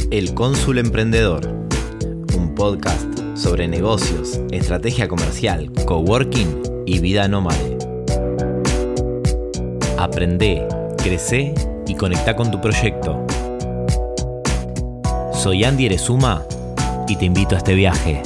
El Cónsul Emprendedor, un podcast sobre negocios, estrategia comercial, coworking y vida nómade. Aprende, crece y conecta con tu proyecto. Soy Andy Erezuma y te invito a este viaje.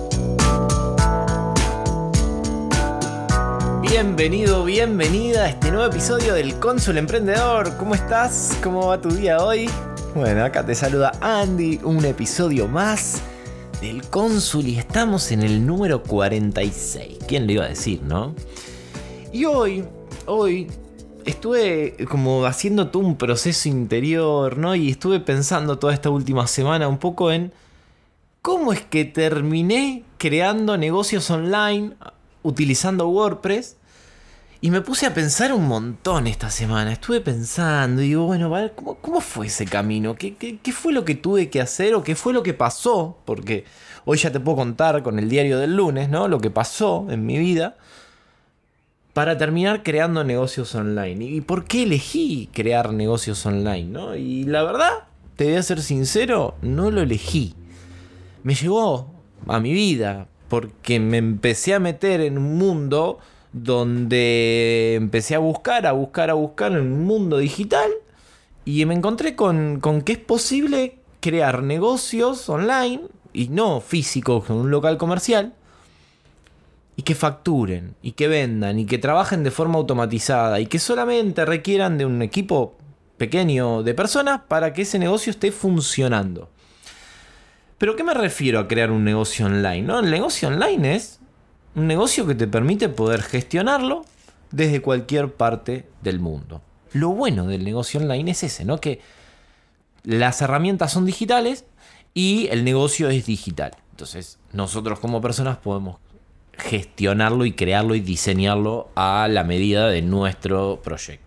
Bienvenido, bienvenida a este nuevo episodio del Cónsul Emprendedor. ¿Cómo estás? ¿Cómo va tu día hoy? Bueno, acá te saluda Andy, un episodio más del Cónsul y estamos en el número 46. ¿Quién lo iba a decir, no? Y hoy estuve como haciendo todo un proceso interior, ¿no? Y estuve pensando toda esta última semana un poco en cómo es que terminé creando negocios online utilizando WordPress. Y me puse a pensar un montón esta semana. Estuve pensando y digo, bueno, ¿vale? ¿Cómo fue ese camino? ¿Qué fue lo que tuve que hacer o qué fue lo que pasó? Porque hoy ya te puedo contar con el diario del lunes, ¿no? Lo que pasó en mi vida para terminar creando negocios online. ¿Y por qué elegí crear negocios online, no? Y la verdad, te voy a ser sincero, no lo elegí. Me llegó a mi vida porque me empecé a meter en un mundo donde empecé a buscar en un mundo digital y me encontré con que es posible crear negocios online y no físicos en un local comercial y que facturen y que vendan y que trabajen de forma automatizada y que solamente requieran de un equipo pequeño de personas para que ese negocio esté funcionando. ¿Pero qué me refiero a crear un negocio online? ¿No? El negocio online es un negocio que te permite poder gestionarlo desde cualquier parte del mundo. Lo bueno del negocio online es ese, ¿no? Que las herramientas son digitales y el negocio es digital. Entonces, nosotros como personas podemos gestionarlo y crearlo y diseñarlo a la medida de nuestro proyecto.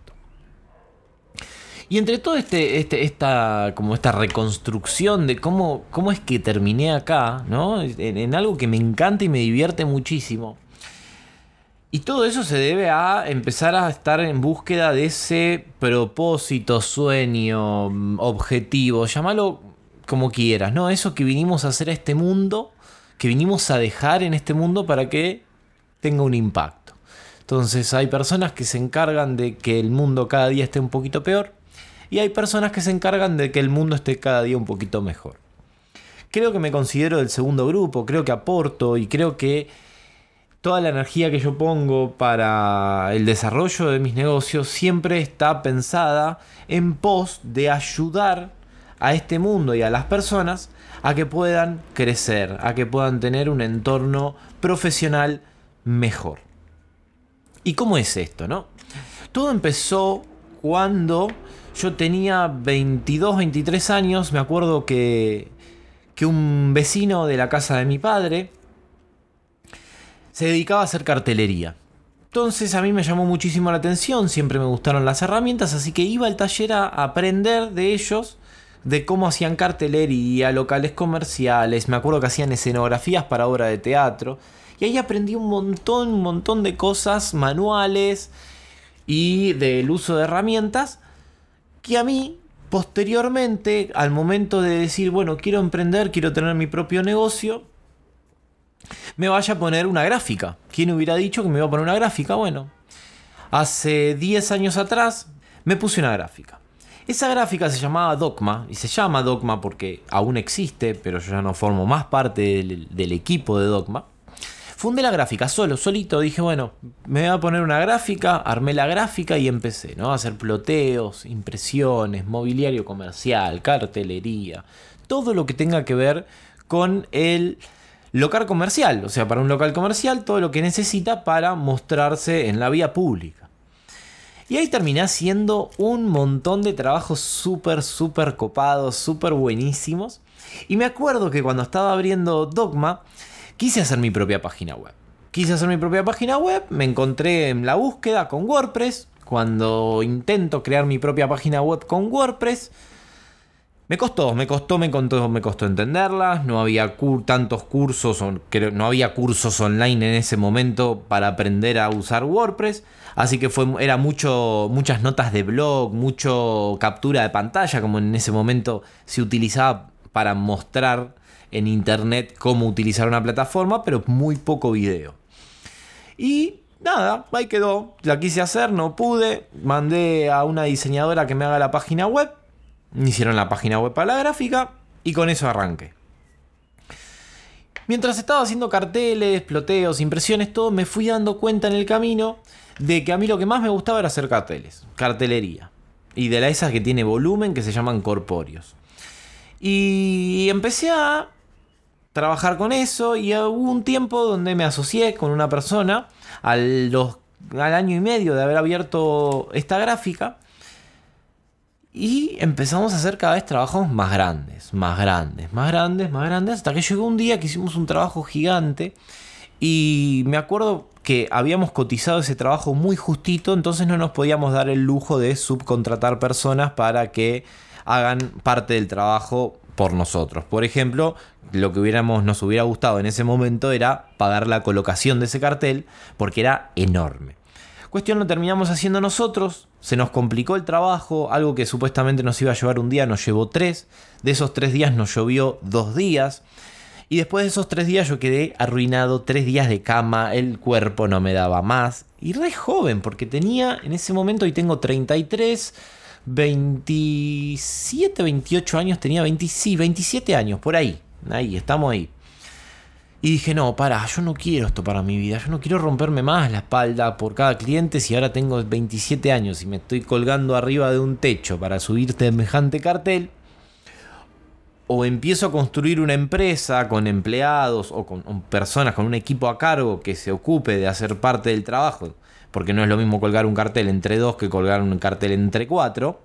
Y entre todo esta reconstrucción de cómo es que terminé acá, ¿no? En algo que me encanta y me divierte muchísimo. Y todo eso se debe a empezar a estar en búsqueda de ese propósito, sueño, objetivo, llámalo como quieras, ¿no? Eso que vinimos a hacer a este mundo, que vinimos a dejar en este mundo para que tenga un impacto. Entonces hay personas que se encargan de que el mundo cada día esté un poquito peor. Y hay personas que se encargan de que el mundo esté cada día un poquito mejor. Creo que me considero del segundo grupo, creo que aporto y creo que toda la energía que yo pongo para el desarrollo de mis negocios siempre está pensada en pos de ayudar a este mundo y a las personas a que puedan crecer, a que puedan tener un entorno profesional mejor. ¿Y cómo es esto, no? Todo empezó cuando yo tenía 22, 23 años. Me acuerdo que un vecino de la casa de mi padre se dedicaba a hacer cartelería. Entonces a mí me llamó muchísimo la atención, siempre me gustaron las herramientas, así que iba al taller a aprender de ellos, de cómo hacían cartelería, locales comerciales. Me acuerdo que hacían escenografías para obra de teatro. Y ahí aprendí un montón de cosas manuales y del uso de herramientas que a mí, posteriormente, al momento de decir, bueno, quiero emprender, quiero tener mi propio negocio, me vaya a poner una gráfica. ¿Quién hubiera dicho que me iba a poner una gráfica? Bueno, hace 10 años atrás me puse una gráfica. Esa gráfica se llamaba Dogma, y se llama Dogma porque aún existe, pero yo ya no formo más parte del equipo de Dogma. Fundé la gráfica solito, dije, bueno, me voy a poner una gráfica, armé la gráfica y empecé, ¿no? A hacer ploteos, impresiones, mobiliario comercial, cartelería, todo lo que tenga que ver con el local comercial, o sea, para un local comercial, todo lo que necesita para mostrarse en la vía pública. Y ahí terminé haciendo un montón de trabajos súper copados, súper buenísimos. Y me acuerdo que cuando estaba abriendo Dogma, quise hacer mi propia página web. Me encontré en la búsqueda con WordPress. Cuando intento crear mi propia página web con WordPress, me costó entenderla. No había tantos cursos, no había cursos online en ese momento para aprender a usar WordPress. Así que era muchas notas de blog, mucho captura de pantalla, como en ese momento se utilizaba para mostrar en internet cómo utilizar una plataforma, pero muy poco video. Y nada, ahí quedó. La quise hacer, no pude. Mandé a una diseñadora que me haga la página web. Me hicieron la página web para la gráfica y con eso arranqué. Mientras estaba haciendo carteles, ploteos, impresiones, todo, me fui dando cuenta en el camino de que a mí lo que más me gustaba era hacer carteles, cartelería. Y de esas que tiene volumen, que se llaman corpóreos. Y empecé a trabajar con eso y hubo un tiempo donde me asocié con una persona al año y medio de haber abierto esta gráfica. Y empezamos a hacer cada vez trabajos más grandes, hasta que llegó un día que hicimos un trabajo gigante. Y me acuerdo que habíamos cotizado ese trabajo muy justito, entonces no nos podíamos dar el lujo de subcontratar personas para que hagan parte del trabajo por nosotros. Por ejemplo, lo que nos hubiera gustado en ese momento era pagar la colocación de ese cartel, porque era enorme. Cuestión, lo terminamos haciendo nosotros, se nos complicó el trabajo, algo que supuestamente nos iba a llevar un día nos llevó 3, de esos 3 días nos llovió 2 días, y después de esos 3 días yo quedé arruinado, 3 días de cama, el cuerpo no me daba más, y re joven, porque tenía en ese momento, y tengo 33, 27, 28 años, tenía 27 años, por ahí, estamos ahí. Y dije, no, yo no quiero esto para mi vida. Yo no quiero romperme más la espalda por cada cliente si ahora tengo 27 años y me estoy colgando arriba de un techo para subir semejante cartel. O empiezo a construir una empresa con empleados o con personas, con un equipo a cargo que se ocupe de hacer parte del trabajo. Porque no es lo mismo colgar un cartel entre 2 que colgar un cartel entre 4.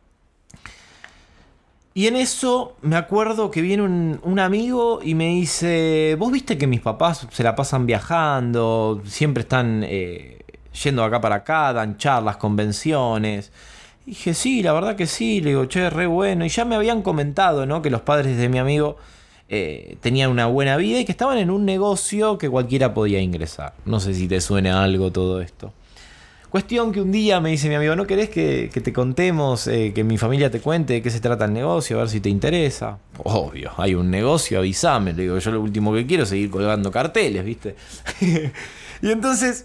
Y en eso me acuerdo que viene un amigo y me dice, ¿vos viste que mis papás se la pasan viajando? Siempre están yendo de acá para acá, dan charlas, convenciones. Y dije, sí, la verdad que sí. Le digo, che, re bueno. Y ya me habían comentado, ¿no?, que los padres de mi amigo tenían una buena vida y que estaban en un negocio que cualquiera podía ingresar. No sé si te suena algo todo esto. Cuestión que un día me dice mi amigo, ¿no querés que te contemos, que mi familia te cuente de qué se trata el negocio, a ver si te interesa? Obvio, hay un negocio, avísame. Le digo, yo lo último que quiero es seguir colgando carteles, ¿viste? Y entonces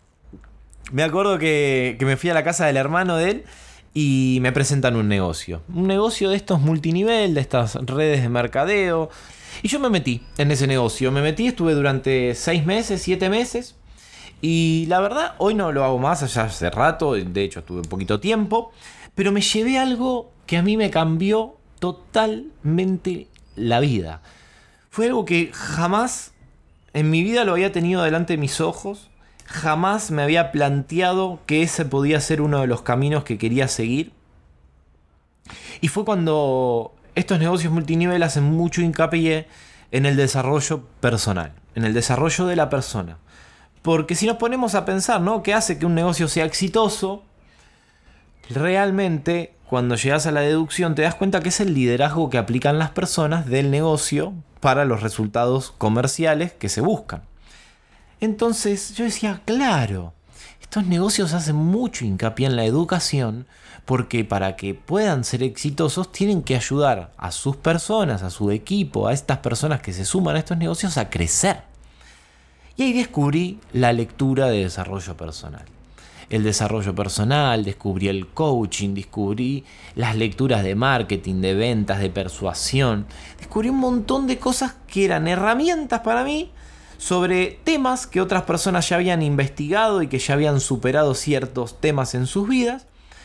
me acuerdo que me fui a la casa del hermano de él y me presentan un negocio. Un negocio de estos multinivel, de estas redes de mercadeo. Y yo me metí en ese negocio. Estuve durante 6 meses, 7 meses. Y la verdad, hoy no lo hago más, allá hace rato, de hecho estuve un poquito tiempo, pero me llevé algo que a mí me cambió totalmente la vida. Fue algo que jamás en mi vida lo había tenido delante de mis ojos, jamás me había planteado que ese podía ser uno de los caminos que quería seguir. Y fue cuando estos negocios multinivel hacen mucho hincapié en el desarrollo personal, en el desarrollo de la persona. Porque si nos ponemos a pensar, ¿no?, ¿qué hace que un negocio sea exitoso? Realmente, cuando llegas a la deducción, te das cuenta que es el liderazgo que aplican las personas del negocio para los resultados comerciales que se buscan. Entonces yo decía, claro, estos negocios hacen mucho hincapié en la educación, porque para que puedan ser exitosos tienen que ayudar a sus personas, a su equipo, a estas personas que se suman a estos negocios a crecer. Y ahí descubrí la lectura de desarrollo personal. El desarrollo personal, descubrí el coaching, descubrí las lecturas de marketing, de ventas, de persuasión. Descubrí un montón de cosas que eran herramientas para mí sobre temas que otras personas ya habían investigado y que ya habían superado ciertos temas en sus vidas.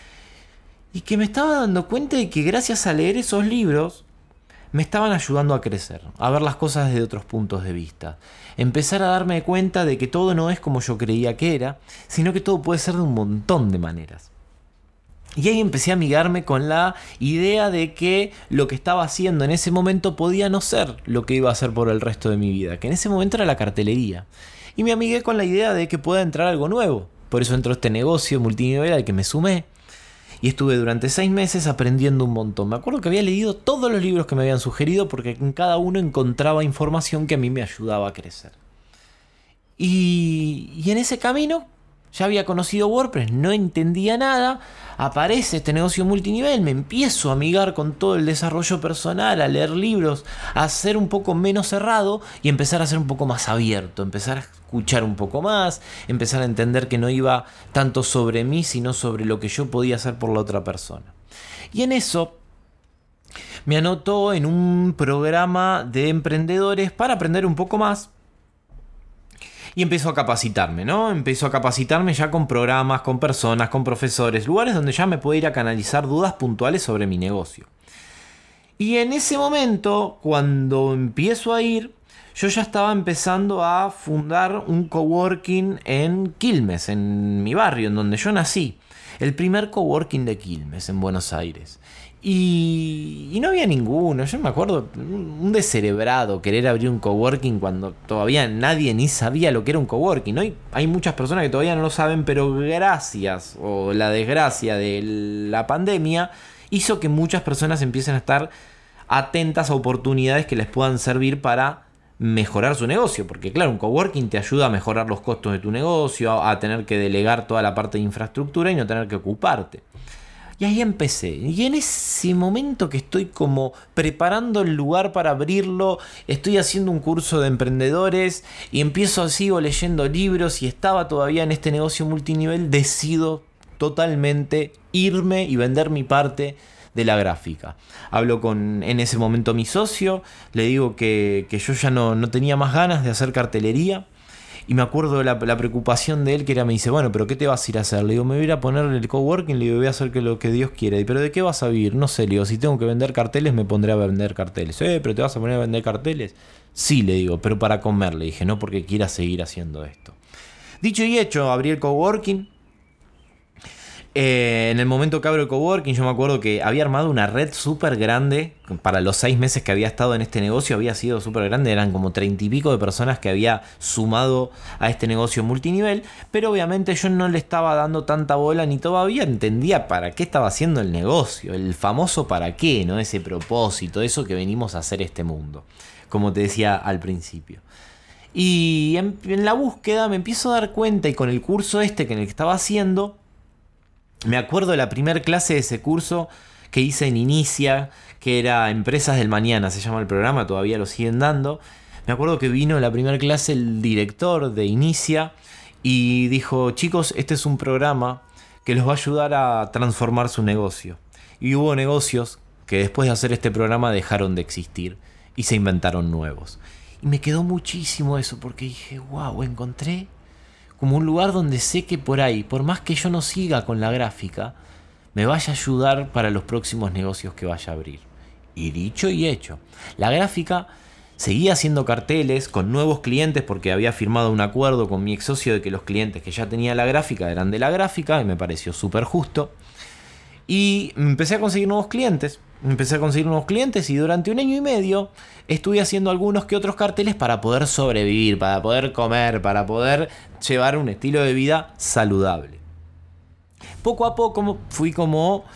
Y que me estaba dando cuenta de que gracias a leer esos libros me estaban ayudando a crecer, a ver las cosas desde otros puntos de vista. Empezar a darme cuenta de que todo no es como yo creía que era, sino que todo puede ser de un montón de maneras. Y ahí empecé a amigarme con la idea de que lo que estaba haciendo en ese momento podía no ser lo que iba a hacer por el resto de mi vida, que en ese momento era la cartelería. Y me amigué con la idea de que pueda entrar algo nuevo. Por eso entró este negocio multinivel al que me sumé. Y estuve durante 6 meses aprendiendo un montón. Me acuerdo que había leído todos los libros que me habían sugerido porque en cada uno encontraba información que a mí me ayudaba a crecer. Y en ese camino Ya había conocido WordPress, no entendía nada. Aparece este negocio multinivel, me empiezo a amigar con todo el desarrollo personal, a leer libros, a ser un poco menos cerrado y empezar a ser un poco más abierto, empezar a escuchar un poco más, empezar a entender que no iba tanto sobre mí, sino sobre lo que yo podía hacer por la otra persona. Y en eso me anotó en un programa de emprendedores para aprender un poco más. Y empiezo a capacitarme, ¿no? Empiezo a capacitarme ya con programas, con personas, con profesores, lugares donde ya me puedo ir a canalizar dudas puntuales sobre mi negocio. Y en ese momento, cuando empiezo a ir, yo ya estaba empezando a fundar un coworking en Quilmes, en mi barrio, en donde yo nací. El primer coworking de Quilmes, en Buenos Aires. Y no había ninguno. Yo me acuerdo, un descerebrado querer abrir un coworking cuando todavía nadie ni sabía lo que era un coworking, ¿no? Hay muchas personas que todavía no lo saben, pero gracias o la desgracia de la pandemia hizo que muchas personas empiecen a estar atentas a oportunidades que les puedan servir para mejorar su negocio, porque claro, un coworking te ayuda a mejorar los costos de tu negocio, a tener que delegar toda la parte de infraestructura y no tener que ocuparte. Y ahí empecé. Y en ese momento que estoy como preparando el lugar para abrirlo, estoy haciendo un curso de emprendedores y sigo leyendo libros y estaba todavía en este negocio multinivel, decido totalmente irme y vender mi parte de la gráfica. Hablo en ese momento mi socio, le digo que yo ya no tenía más ganas de hacer cartelería. Y me acuerdo de la preocupación de él, que era, me dice, bueno, pero ¿qué te vas a ir a hacer? Le digo, me voy a ir a poner el coworking, le digo, voy a hacer lo que Dios quiera. ¿Pero de qué vas a vivir? No sé, le digo, si tengo que vender carteles, me pondré a vender carteles. ¿Pero te vas a poner a vender carteles? Sí, le digo, pero para comer, le dije, no porque quiera seguir haciendo esto. Dicho y hecho, abrí el coworking. En el momento que abro el coworking, yo me acuerdo que había armado una red súper grande. Para los 6 meses que había estado en este negocio, había sido súper grande. Eran como 30 y pico de personas que había sumado a este negocio multinivel. Pero obviamente yo no le estaba dando tanta bola ni todavía entendía para qué estaba haciendo el negocio. El famoso para qué, ¿no? Ese propósito, eso que venimos a hacer este mundo. Como te decía al principio. Y en la búsqueda me empiezo a dar cuenta, y con el curso que en el que estaba haciendo, me acuerdo de la primera clase de ese curso que hice en Inicia, que era Empresas del Mañana, se llama el programa, todavía lo siguen dando. Me acuerdo que vino la primera clase el director de Inicia y dijo, chicos, este es un programa que los va a ayudar a transformar su negocio. Y hubo negocios que después de hacer este programa dejaron de existir y se inventaron nuevos. Y me quedó muchísimo eso, porque dije, wow, encontré como un lugar donde sé que por ahí, por más que yo no siga con la gráfica, me vaya a ayudar para los próximos negocios que vaya a abrir. Y dicho y hecho, la gráfica seguía haciendo carteles con nuevos clientes, porque había firmado un acuerdo con mi ex socio de que los clientes que ya tenía la gráfica eran de la gráfica, y me pareció súper justo. Y empecé a conseguir nuevos clientes. Y durante 1 año y medio estuve haciendo algunos que otros carteles para poder sobrevivir, para poder comer, para poder llevar un estilo de vida saludable. Poco a poco fui como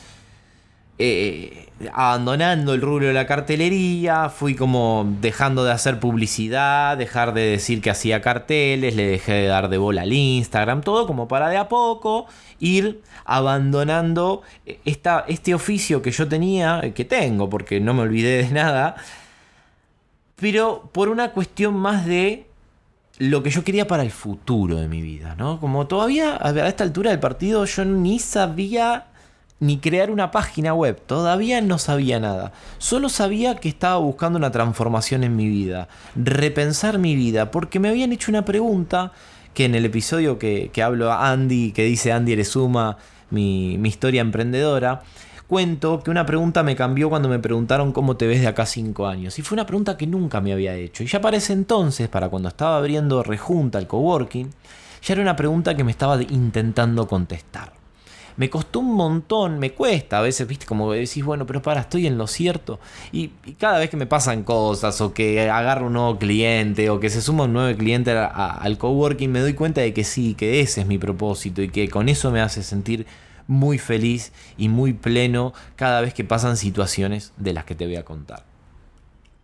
abandonando el rubro de la cartelería, fui como dejando de hacer publicidad, dejar de decir que hacía carteles, le dejé de dar de bola al Instagram, todo como para de a poco ir abandonando este oficio que yo tenía, que tengo, porque no me olvidé de nada, pero por una cuestión más de lo que yo quería para el futuro de mi vida, ¿no? Como todavía a esta altura del partido yo ni sabía ni crear una página web, todavía no sabía nada. Solo sabía que estaba buscando una transformación en mi vida, repensar mi vida, porque me habían hecho una pregunta que en el episodio que hablo a Andy, que dice Andy Erezuma, mi historia emprendedora, cuento que una pregunta me cambió cuando me preguntaron cómo te ves de acá a 5 años. Y fue una pregunta que nunca me había hecho. Y ya para ese entonces, para cuando estaba abriendo Rejunta, el coworking, ya era una pregunta que me estaba intentando contestar. Me costó un montón, me cuesta a veces, viste, como decís, bueno, pero estoy en lo cierto. Y cada vez que me pasan cosas, o que agarro un nuevo cliente, o que se suma un nuevo cliente al coworking, me doy cuenta de que sí, que ese es mi propósito, y que con eso me hace sentir muy feliz y muy pleno cada vez que pasan situaciones de las que te voy a contar.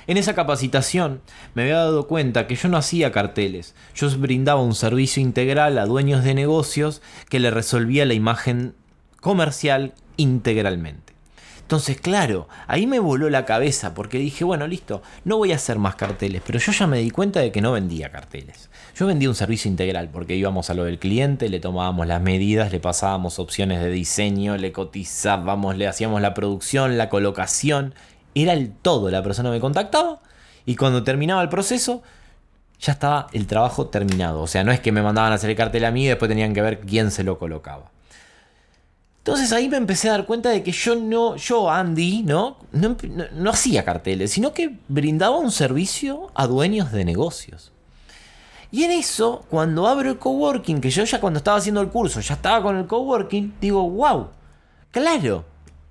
En esa capacitación me había dado cuenta que yo no hacía carteles, yo brindaba un servicio integral a dueños de negocios que le resolvía la imagen comercial integralmente. Entonces, claro, ahí me voló la cabeza porque dije, bueno, listo, no voy a hacer más carteles, pero yo ya me di cuenta de que no vendía carteles. Yo vendía un servicio integral porque íbamos a lo del cliente, le tomábamos las medidas, le pasábamos opciones de diseño, le cotizábamos, le hacíamos la producción, la colocación. Era el todo, la persona me contactaba y cuando terminaba el proceso ya estaba el trabajo terminado. O sea, no es que me mandaban a hacer el cartel a mí y después tenían que ver quién se lo colocaba. Entonces ahí me empecé a dar cuenta de que yo Andy, no hacía carteles, sino que brindaba un servicio a dueños de negocios. Y en eso, cuando abro el coworking, que yo ya cuando estaba haciendo el curso ya estaba con el coworking, digo, wow, claro.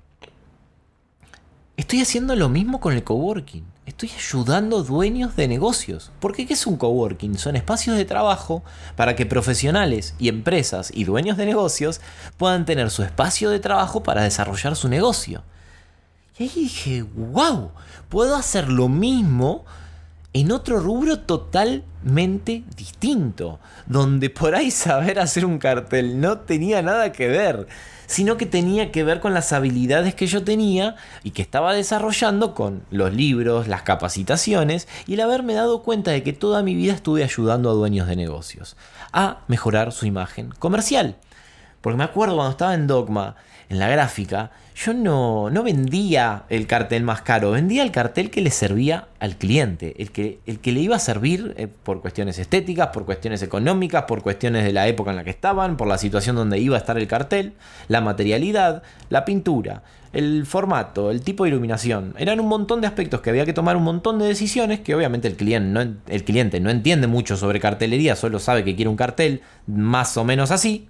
Estoy haciendo lo mismo con el coworking. Estoy ayudando a dueños de negocios. Porque ¿qué es un coworking? Son espacios de trabajo para que profesionales y empresas y dueños de negocios puedan tener su espacio de trabajo para desarrollar su negocio. Y ahí dije, wow, puedo hacer lo mismo en otro rubro totalmente distinto, donde por ahí saber hacer un cartel no tenía nada que ver, sino que tenía que ver con las habilidades que yo tenía y que estaba desarrollando con los libros, las capacitaciones y el haberme dado cuenta de que toda mi vida estuve ayudando a dueños de negocios a mejorar su imagen comercial. Porque me acuerdo cuando estaba en Dogma, en la gráfica, yo no vendía el cartel más caro, vendía el cartel que le servía al cliente, el que le iba a servir por cuestiones estéticas, por cuestiones económicas, por cuestiones de la época en la que estaban, por la situación donde iba a estar el cartel, la materialidad, la pintura, el formato, el tipo de iluminación. Eran un montón de aspectos que había que tomar un montón de decisiones que obviamente el cliente no entiende mucho sobre cartelería, solo sabe que quiere un cartel más o menos así.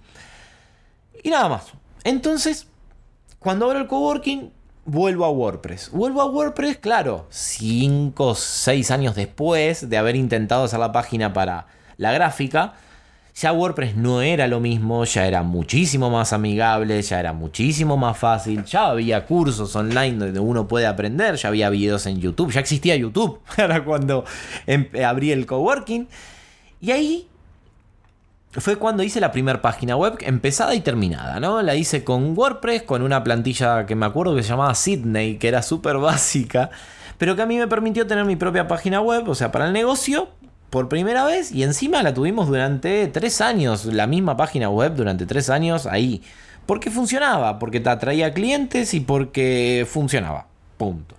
Y nada más. Entonces, cuando abro el coworking, vuelvo a WordPress. Vuelvo a WordPress, claro, 5 o 6 años después de haber intentado hacer la página para la gráfica. Ya WordPress no era lo mismo, ya era muchísimo más amigable, ya era muchísimo más fácil. Ya había cursos online donde uno puede aprender, ya había videos en YouTube, ya existía YouTube. Era cuando abrí el coworking. Y ahí fue cuando hice la primera página web empezada y terminada, ¿no? La hice con WordPress, con una plantilla que me acuerdo que se llamaba Sydney, que era súper básica, pero que a mí me permitió tener mi propia página web, o sea, para el negocio, por primera vez, y encima la tuvimos durante 3 años, la misma página web durante 3 años ahí, porque funcionaba, porque te atraía clientes y porque funcionaba, punto.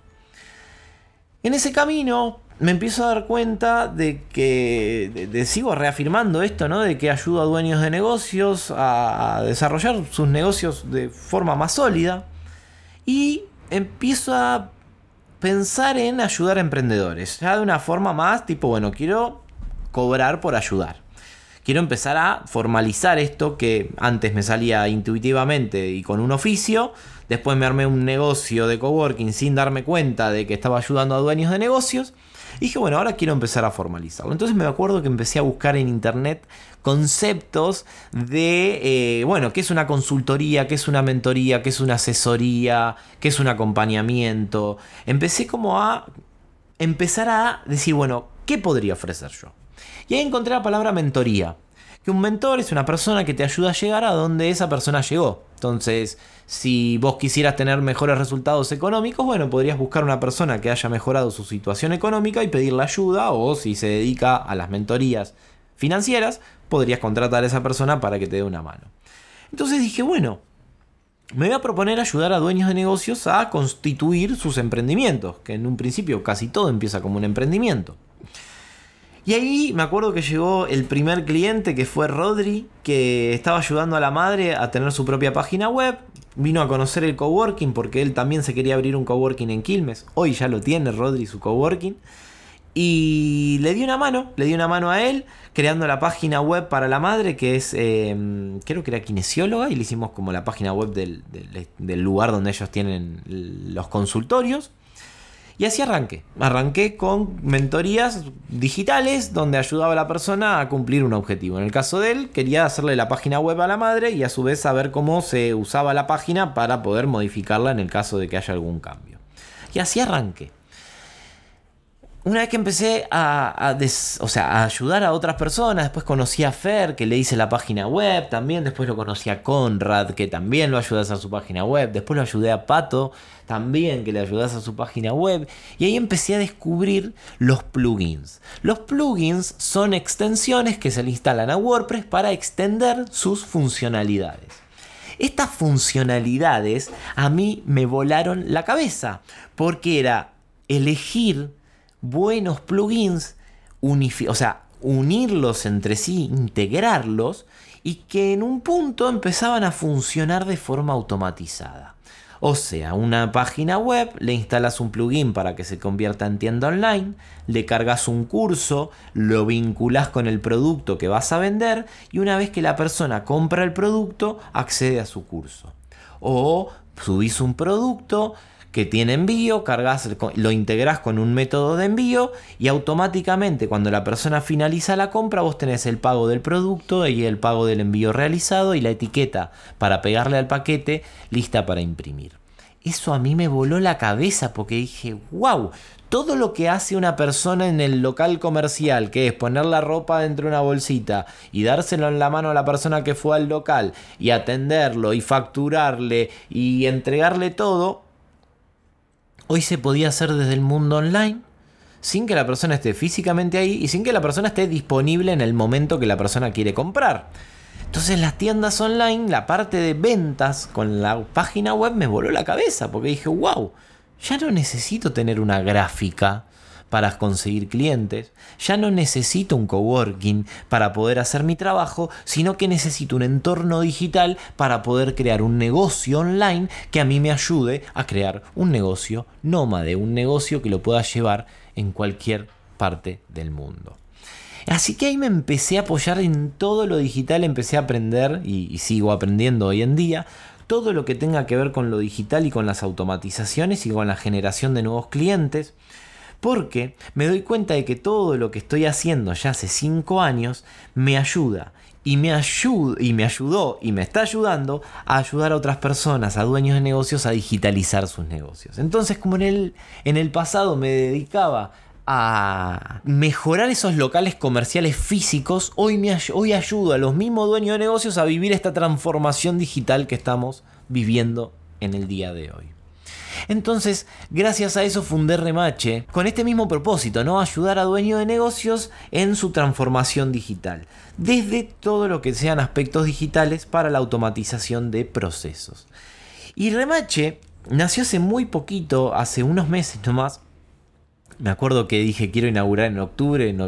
En ese camino me empiezo a dar cuenta de que sigo reafirmando esto, ¿no? De que ayudo a dueños de negocios a desarrollar sus negocios de forma más sólida. Y empiezo a pensar en ayudar a emprendedores. Ya de una forma más tipo, bueno, quiero cobrar por ayudar. Quiero empezar a formalizar esto que antes me salía intuitivamente y con un oficio. Después me armé un negocio de coworking sin darme cuenta de que estaba ayudando a dueños de negocios. Y dije, bueno, ahora quiero empezar a formalizarlo. Entonces me acuerdo que empecé a buscar en internet conceptos de, qué es una consultoría, qué es una mentoría, qué es una asesoría, qué es un acompañamiento. Empecé como a empezar a decir, bueno, ¿qué podría ofrecer yo? Y ahí encontré la palabra mentoría. Que un mentor es una persona que te ayuda a llegar a donde esa persona llegó. Entonces, si vos quisieras tener mejores resultados económicos, bueno, podrías buscar una persona que haya mejorado su situación económica y pedirle ayuda, o si se dedica a las mentorías financieras, podrías contratar a esa persona para que te dé una mano. Entonces dije, bueno, me voy a proponer ayudar a dueños de negocios a constituir sus emprendimientos, que en un principio casi todo empieza como un emprendimiento. Y ahí me acuerdo que llegó el primer cliente, que fue Rodri, que estaba ayudando a la madre a tener su propia página web. Vino a conocer el coworking porque él también se quería abrir un coworking en Quilmes. Hoy ya lo tiene Rodri, su coworking. Y le di una mano a él, creando la página web para la madre, que es, creo que era kinesióloga, y le hicimos como la página web del lugar donde ellos tienen los consultorios. Y así arranqué con mentorías digitales donde ayudaba a la persona a cumplir un objetivo. En el caso de él, quería hacerle la página web a la madre y a su vez saber cómo se usaba la página para poder modificarla en el caso de que haya algún cambio. Y así arranqué. una vez que empecé a ayudar a otras personas, después conocí a Fer, que le hice la página web también, después lo conocí a Conrad, que también lo ayudé a hacer su página web, después lo ayudé a Pato, también que le ayudé a hacer su página web, y ahí empecé a descubrir los plugins. Los plugins son extensiones que se le instalan a WordPress para extender sus funcionalidades. Estas funcionalidades a mí me volaron la cabeza, porque era elegir buenos plugins, unirlos entre sí, integrarlos, y que en un punto empezaban a funcionar de forma automatizada. O sea, una página web, le instalas un plugin para que se convierta en tienda online, le cargas un curso, lo vinculás con el producto que vas a vender, y una vez que la persona compra el producto, accede a su curso. O subís un producto que tiene envío, lo integrás con un método de envío, y automáticamente cuando la persona finaliza la compra, vos tenés el pago del producto y el pago del envío realizado y la etiqueta para pegarle al paquete lista para imprimir. Eso a mí me voló la cabeza, porque dije, wow, todo lo que hace una persona en el local comercial, que es poner la ropa dentro de una bolsita y dárselo en la mano a la persona que fue al local y atenderlo y facturarle y entregarle todo, hoy se podía hacer desde el mundo online, sin que la persona esté físicamente ahí y sin que la persona esté disponible en el momento que la persona quiere comprar. Entonces las tiendas online, la parte de ventas con la página web me voló la cabeza, porque dije, wow, ya no necesito tener una gráfica para conseguir clientes, ya no necesito un coworking para poder hacer mi trabajo, sino que necesito un entorno digital para poder crear un negocio online que a mí me ayude a crear un negocio nómade, un negocio que lo pueda llevar en cualquier parte del mundo. Así que ahí me empecé a apoyar en todo lo digital, empecé a aprender y sigo aprendiendo hoy en día todo lo que tenga que ver con lo digital y con las automatizaciones y con la generación de nuevos clientes. Porque me doy cuenta de que todo lo que estoy haciendo ya hace 5 años me ayuda. Y me ayudó y me está ayudando a ayudar a otras personas, a dueños de negocios, a digitalizar sus negocios. Entonces, como en el pasado me dedicaba a mejorar esos locales comerciales físicos, hoy ayudo a los mismos dueños de negocios a vivir esta transformación digital que estamos viviendo en el día de hoy. Entonces, gracias a eso fundé Remache con este mismo propósito, ¿no? Ayudar a dueños de negocios en su transformación digital, desde todo lo que sean aspectos digitales para la automatización de procesos. Y Remache nació hace muy poquito, hace unos meses nomás. Me acuerdo que dije quiero inaugurar en octubre, en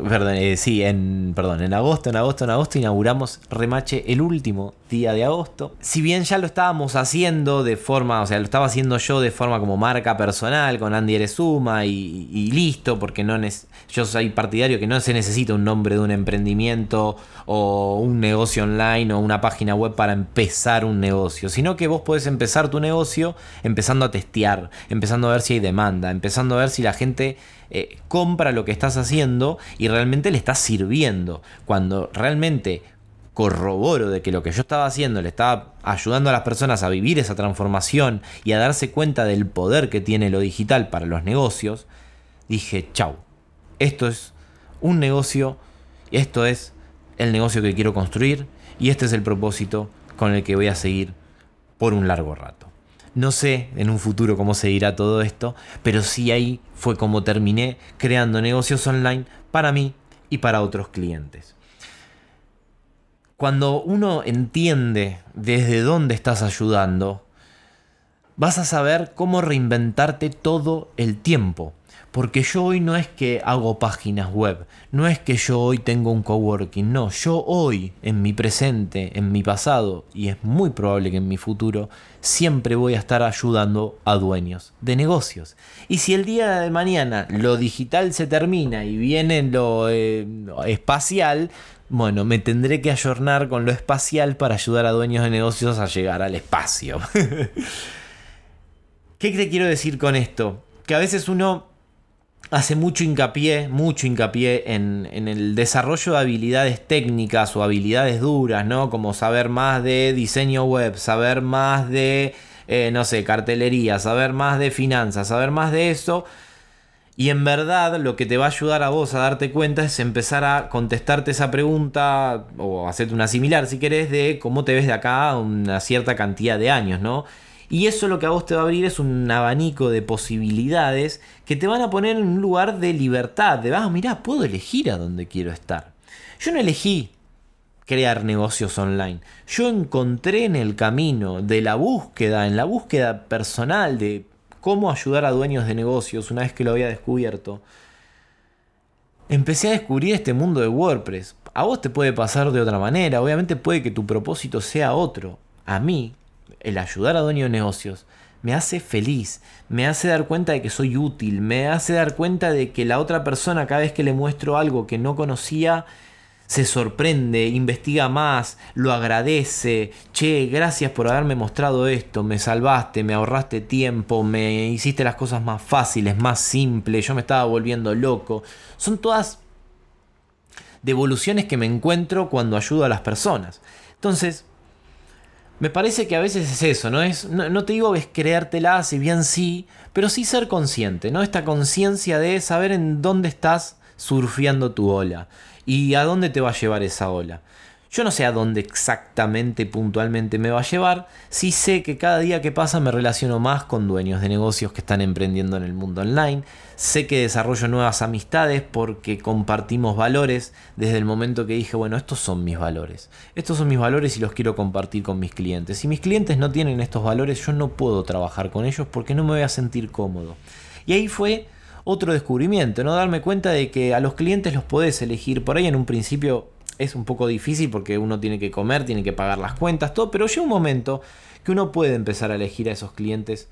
agosto inauguramos Remache el último día de agosto. Si bien ya lo estábamos haciendo lo estaba haciendo yo de forma como marca personal con Andy Erezuma y listo, porque yo soy partidario que no se necesita un nombre de un emprendimiento o un negocio online o una página web para empezar un negocio, sino que vos podés empezar tu negocio empezando a testear, empezando a ver si hay demanda, empezando a ver si la gente compra lo que estás haciendo y realmente le estás sirviendo. Cuando realmente corroboro de que lo que yo estaba haciendo le estaba ayudando a las personas a vivir esa transformación y a darse cuenta del poder que tiene lo digital para los negocios, dije, chau, esto es un negocio, esto es el negocio que quiero construir y este es el propósito con el que voy a seguir por un largo rato. No sé en un futuro cómo seguirá todo esto, pero sí ahí fue como terminé creando negocios online para mí y para otros clientes. Cuando uno entiende desde dónde estás ayudando, vas a saber cómo reinventarte todo el tiempo. Porque yo hoy no es que hago páginas web, no es que yo hoy tengo un coworking, no, yo hoy, en mi presente, en mi pasado, y es muy probable que en mi futuro, siempre voy a estar ayudando a dueños de negocios. Y si el día de mañana lo digital se termina y viene lo espacial, bueno, me tendré que ayornar con lo espacial para ayudar a dueños de negocios a llegar al espacio. ¿Qué te quiero decir con esto? Que a veces uno hace mucho hincapié en el desarrollo de habilidades técnicas o habilidades duras, ¿no? Como saber más de diseño web, saber más de, cartelería, saber más de finanzas, saber más de eso. Y en verdad lo que te va a ayudar a vos a darte cuenta es empezar a contestarte esa pregunta o hacerte una similar si querés de cómo te ves de acá a una cierta cantidad de años, ¿no? Y eso lo que a vos te va a abrir es un abanico de posibilidades que te van a poner en un lugar de libertad, de mirá, puedo elegir a dónde quiero estar. Yo no elegí crear negocios online. Yo encontré en el camino de la búsqueda, en la búsqueda personal de cómo ayudar a dueños de negocios, una vez que lo había descubierto, empecé a descubrir este mundo de WordPress. A vos te puede pasar de otra manera, obviamente puede que tu propósito sea otro. A mí, el ayudar a dueños de negocios me hace feliz, me hace dar cuenta de que soy útil, me hace dar cuenta de que la otra persona, cada vez que le muestro algo que no conocía, se sorprende, investiga más, lo agradece. Che, gracias por haberme mostrado esto, me salvaste, me ahorraste tiempo, me hiciste las cosas más fáciles, más simples, yo me estaba volviendo loco. Son todas devoluciones que me encuentro cuando ayudo a las personas. Entonces, me parece que a veces es eso, no te digo es creértela, si bien sí, pero sí ser consciente, ¿no? Esta conciencia de saber en dónde estás surfeando tu ola. ¿Y a dónde te va a llevar esa ola? Yo no sé a dónde exactamente, puntualmente me va a llevar. Sí sé que cada día que pasa me relaciono más con dueños de negocios que están emprendiendo en el mundo online. Sé que desarrollo nuevas amistades porque compartimos valores desde el momento que dije, bueno, estos son mis valores. Estos son mis valores y los quiero compartir con mis clientes. Si mis clientes no tienen estos valores, yo no puedo trabajar con ellos porque no me voy a sentir cómodo. Y ahí fue otro descubrimiento, ¿no? Darme cuenta de que a los clientes los podés elegir. Por ahí en un principio es un poco difícil porque uno tiene que comer, tiene que pagar las cuentas, todo, pero llega un momento que uno puede empezar a elegir a esos clientes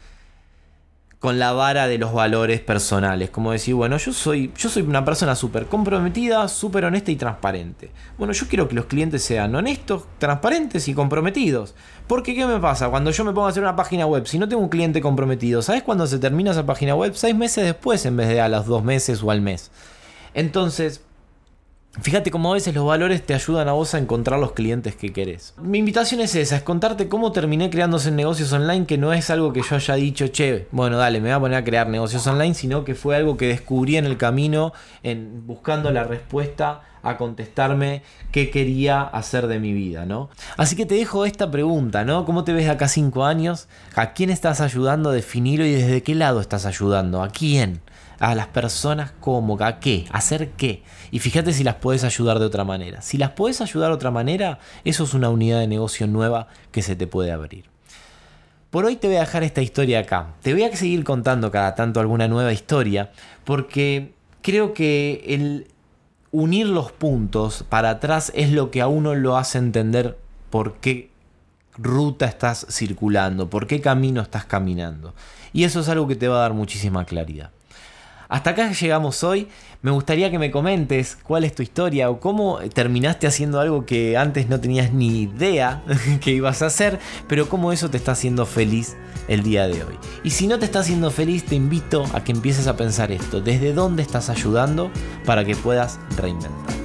con la vara de los valores personales. Como decir, bueno, yo soy una persona súper comprometida, súper honesta y transparente. Bueno, yo quiero que los clientes sean honestos, transparentes y comprometidos. Porque, ¿qué me pasa? Cuando yo me pongo a hacer una página web, si no tengo un cliente comprometido, ¿sabes cuándo se termina esa página web? 6 meses después en vez de a los 2 meses o al mes. Entonces, fíjate cómo a veces los valores te ayudan a vos a encontrar los clientes que querés. Mi invitación es esa, es contarte cómo terminé creándose en negocios online, que no es algo que yo haya dicho, che, bueno, dale, me voy a poner a crear negocios online, sino que fue algo que descubrí en el camino, buscando la respuesta a contestarme qué quería hacer de mi vida, ¿no? Así que te dejo esta pregunta, ¿no? ¿Cómo te ves de acá a 5 años? ¿A quién estás ayudando a definirlo y desde qué lado estás ayudando? ¿A quién? A las personas, ¿cómo? ¿A qué? ¿A hacer qué? Y fíjate si las puedes ayudar de otra manera. Si las puedes ayudar de otra manera, eso es una unidad de negocio nueva que se te puede abrir. Por hoy te voy a dejar esta historia acá. Te voy a seguir contando cada tanto alguna nueva historia, porque creo que el unir los puntos para atrás es lo que a uno lo hace entender por qué ruta estás circulando, por qué camino estás caminando. Y eso es algo que te va a dar muchísima claridad. Hasta acá llegamos hoy. Me gustaría que me comentes cuál es tu historia o cómo terminaste haciendo algo que antes no tenías ni idea que ibas a hacer, pero cómo eso te está haciendo feliz el día de hoy. Y si no te está haciendo feliz, te invito a que empieces a pensar esto. ¿Desde dónde estás ayudando para que puedas reinventar?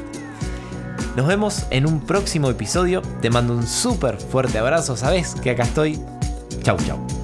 Nos vemos en un próximo episodio. Te mando un súper fuerte abrazo. Sabes que acá estoy. Chau, chau.